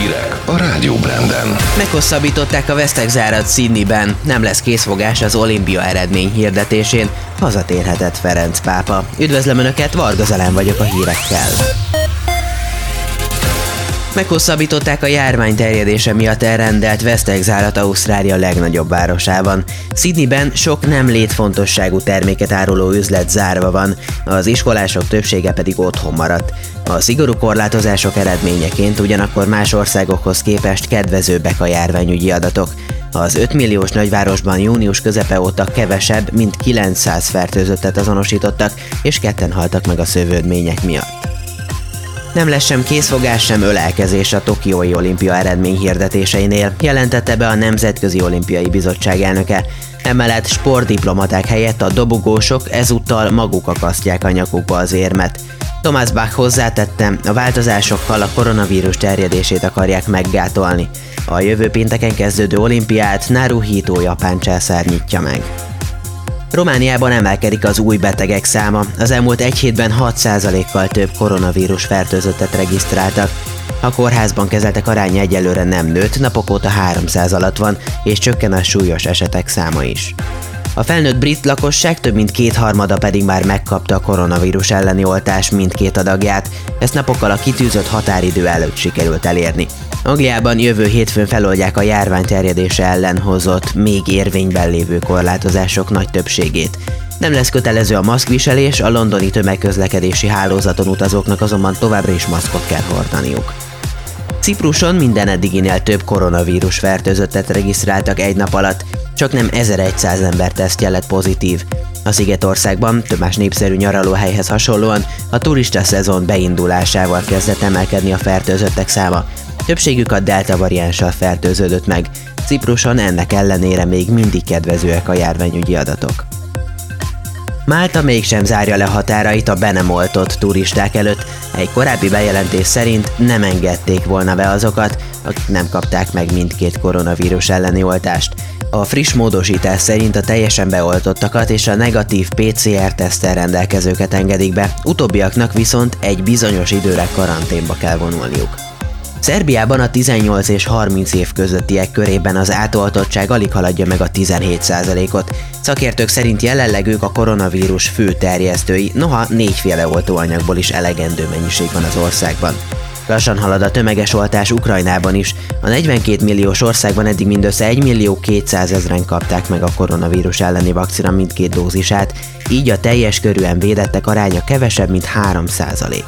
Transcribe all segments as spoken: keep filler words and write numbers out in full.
Hírek a Rádió Branden. Meghosszabbították a vesztegzárat Sydneyben, nem lesz készfogás az olimpia eredmény hirdetésén, hazatérhetett Ferenc pápa. Üdvözlöm Önöket, Varga Zalán vagyok a hírekkel. Meghosszabbították a járvány terjedése miatt elrendelt vesztegzárat Ausztrália legnagyobb városában. Sydneyben sok nem létfontosságú terméket áruló üzlet zárva van, az iskolások többsége pedig otthon maradt. A szigorú korlátozások eredményeként ugyanakkor más országokhoz képest kedvezőbbek a járványügyi adatok. Az öt milliós nagyvárosban június közepe óta kevesebb, mint kilencszáz fertőzöttet azonosítottak, és ketten haltak meg a szövődmények miatt. Nem lesz sem készfogás, sem ölelkezés a tokiói olimpia eredmény hirdetéseinél, jelentette be a Nemzetközi Olimpiai Bizottság elnöke. Emellett sportdiplomaták helyett a dobogósok ezúttal maguk akasztják a nyakukba az érmet. Thomas Bach hozzátette, a változásokkal a koronavírus terjedését akarják meggátolni. A jövő pénteken kezdődő olimpiát Naruhito japán császár nyitja meg. Romániában emelkedik az új betegek száma, az elmúlt egy hétben hat százalékkal több koronavírus fertőzöttet regisztráltak. A kórházban kezeltek aránya egyelőre nem nőtt, napok óta háromszáz alatt van, és csökken a súlyos esetek száma is. A felnőtt brit lakosság több mint kétharmada pedig már megkapta a koronavírus elleni oltás mindkét adagját, ezt napokkal a kitűzött határidő előtt sikerült elérni. Angliában jövő hétfőn feloldják a járvány terjedése ellen hozott, még érvényben lévő korlátozások nagy többségét. Nem lesz kötelező a maszkviselés, a londoni tömegközlekedési hálózaton utazóknak azonban továbbra is maszkot kell hordaniuk. Cipruson minden eddiginél több koronavírus fertőzöttet regisztráltak egy nap alatt, csak nem ezerszáz ember tesztje lett pozitív. A Szigetországban több más népszerű nyaralóhelyhez hasonlóan a turista szezon beindulásával kezdett emelkedni a fertőzöttek száma. Többségük a delta variánssal fertőződött meg. Cipruson ennek ellenére még mindig kedvezőek a járványügyi adatok. Málta mégsem zárja le határait a be nem oltott turisták előtt. Egy korábbi bejelentés szerint nem engedték volna be azokat, akik nem kapták meg mindkét koronavírus elleni oltást. A friss módosítás szerint a teljesen beoltottakat és a negatív pé cé er-teszttel rendelkezőket engedik be, utóbbiaknak viszont egy bizonyos időre karanténba kell vonulniuk. Szerbiában a tizennyolc és harminc év közöttiek körében az átoltottság alig haladja meg a tizenhét százalékot. Szakértők szerint jelenleg ők a koronavírus fő terjesztői, noha négyféle oltóanyagból is elegendő mennyiség van az országban. Lassan halad a tömeges oltás Ukrajnában is. A negyvenkét milliós országban eddig mindössze egy millió kétszázezren kapták meg a koronavírus elleni vakcina mindkét dózisát, így a teljes körűen védettek aránya kevesebb, mint három százalék.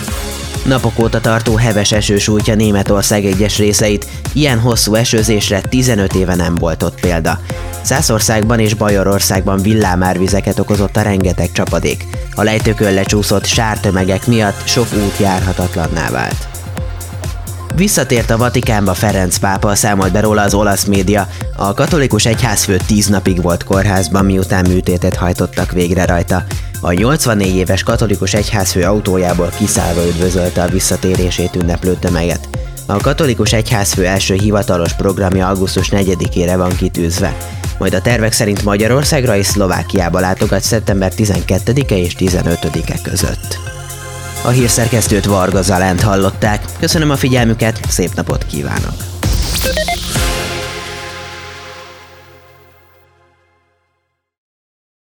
Napok óta tartó heves eső sújtja Németország egyes részeit, ilyen hosszú esőzésre tizenöt éve nem volt ott példa. Szászországban és Bajorországban villámárvizeket okozott a rengeteg csapadék. A lejtőkön lecsúszott sártömegek miatt sok út járhatatlanná vált. Visszatért a Vatikánba Ferenc pápa, számolt be róla az olasz média. A katolikus egyházfő tíz napig volt kórházban, miután műtétet hajtottak végre rajta. A nyolcvannégy éves katolikus egyházfő autójából kiszállva üdvözölte a visszatérését ünneplő tömeget. A katolikus egyházfő első hivatalos programja augusztus negyedikére van kitűzve. Majd a tervek szerint Magyarországra és Szlovákiába látogat szeptember tizenkettedike és tizenötödike között. A hírszerkesztőt, Varga Zalánt hallották. Köszönöm a figyelmüket, szép napot kívánok!